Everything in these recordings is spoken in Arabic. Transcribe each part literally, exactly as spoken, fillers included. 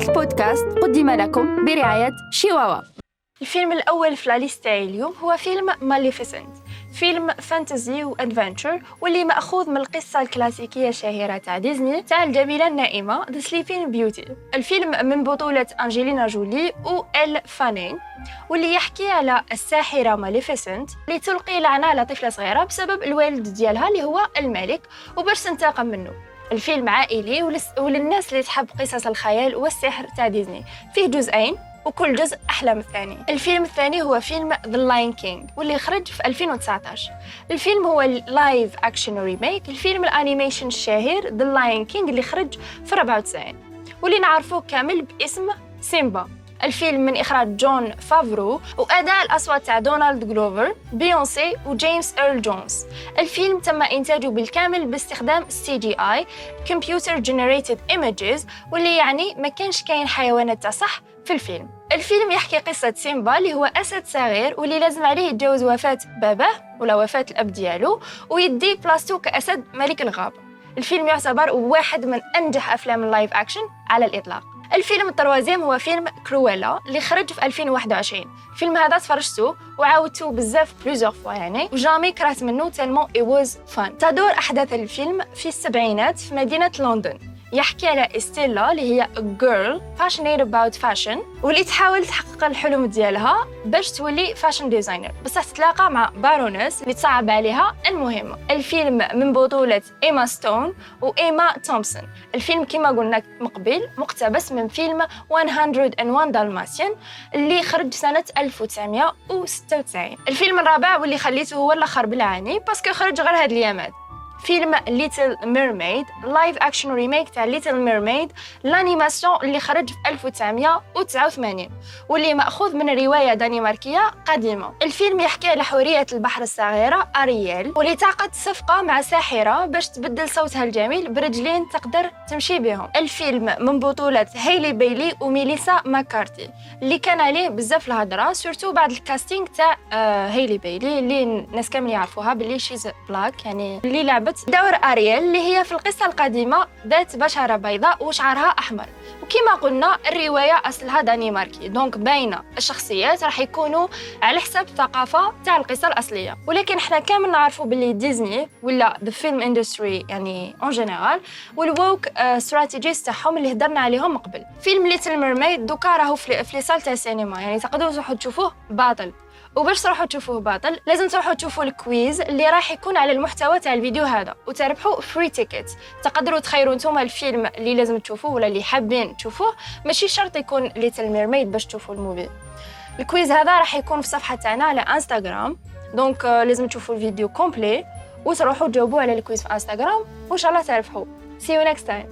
البودكاست قدم لكم برعاية شيواوا. الفيلم الأول في لاليست تاعي اليوم هو فيلم ماليفيسنت، فيلم فانتزي وادفنتشر واللي مأخوذ من القصة الكلاسيكية الشهيرة تاع ديزني تاع الجميلة النائمة The Sleeping Beauty. الفيلم من بطولة أنجلينا جولي و إل فانين، واللي يحكي على الساحرة ماليفيسنت اللي تلقي لعنة على طفلة صغيرة بسبب الوالد ديالها اللي هو الملك وباش تنتقم منه. الفيلم عائلي ولس... وللناس اللي تحب قصص الخيال والسحر تاع ديزني. فيه جزئين وكل جزء أحلى من الثاني. الفيلم الثاني هو فيلم The Lion King واللي خرج في ألفين وتسعطاش. الفيلم هو لايف أكشن ريميك الفيلم الأنيميشن الشهير The Lion King اللي خرج في أربعة وتسعين واللي نعرفوه كامل باسم سيمبا. الفيلم من إخراج جون فافرو وأداء الأصوات تاع دونالد جلوفر، بيونسي وجيمس إيرل جونز. الفيلم تم إنتاجه بالكامل باستخدام سي جي آي Computer Generated Images واللي يعني ما كانش كاين حيوانات تاع صح في الفيلم. الفيلم يحكي قصة سيمبا اللي هو أسد صغير واللي لازم عليه يتجاوز وفاة باباه ولا وفاة الأب ديالو ويدي بلاستو كأسد ملك الغابة. الفيلم يعتبر واحد من أنجح أفلام اللايف أكشن على الإطلاق. الفيلم التروازيم هو فيلم كرويلا اللي خرج في ألفين وواحد وعشرين. الفيلم هذا تفرجته وعاودته بزاف بليزيور فوا يعني وجامي كرهت منه تالمون it was fun. تدور أحداث الفيلم في السبعينات في مدينة لندن. يحكي على إستيلا اللي هي a girl passionate about fashion واللي تحاول تحقق الحلم ديالها باش تولي فاشن ديزاينر، بصح تتلاقى مع بارونس اللي تصعب عليها المهمة. الفيلم من بطولة إيما ستون وإيما تومسون. الفيلم كما قلنا مقبل مقتبس من فيلم مئة وواحد دالماسيان اللي خرج سنة ألف وتسعمائة وستة وتسعين. الفيلم الرابع واللي خليته هو الآخر بالعاني باسكو خرج غير هاد اليامات، فيلم ليتل ميرميد لايف أكشن ريميك تاع ليتل ميرميد الانيماسيون اللي خرج في ألف وتسعمائة وتسعة وثمانين واللي مأخوذ من رواية دنماركية قديمة. الفيلم يحكي على حورية البحر الصغيرة أرييل واللي تعقد صفقة مع ساحرة باش تبدل صوتها الجميل برجلين تقدر تمشي بهم. الفيلم من بطولة هايلي بايلي وميليسا ماكارتي اللي كان عليه بزاف الهضرة سورتو بعد الكاستينغ تاع آه هايلي بايلي اللي الناس كامل يعرفوها باللي شيز بلاك يعني اللي لعبت دور أرييل اللي هي في القصة القديمة ذات بشرة بيضاء وشعرها أحمر. وكما قلنا الرواية أصلها دنماركي دونك باينة الشخصيات راح يكونوا على حسب الثقافة تاع القصة الأصلية. ولكن احنا كامل نعرفوا باللي ديزني ولا the film industry يعني en general والووك استراتيجيز تاعهم اللي هدرنا عليهم قبل. فيلم ليتل ميرميد دوكا راهو في لي سال تاع السينما يعني تقدروا تروحوا تشوفوه باطل. وباش تروحوا تشوفوه باطل لازم تروحوا تشوفوا الكويز اللي راح يكون على المحتوى تاع الفيديو هذا وتربحوا فري تيكت. تقدروا تخيروا نتوما الفيلم اللي لازم تشوفوه ولا اللي حابين تشوفوه، ماشي شرط يكون ليتل ميرميد باش تشوفوا الموفي. الكويز هذا راح يكون في الصفحه تاعنا على انستغرام دونك لازم تشوفوا الفيديو كومبلي وتروحوا تجاوبوا على الكويز في انستغرام وان شاء الله تربحوا. see you next time.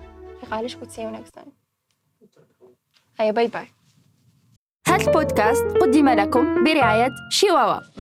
قالش قلت see you next time. هيا باي باي. هذا البودكاست قدم لكم برعاية شيواوا.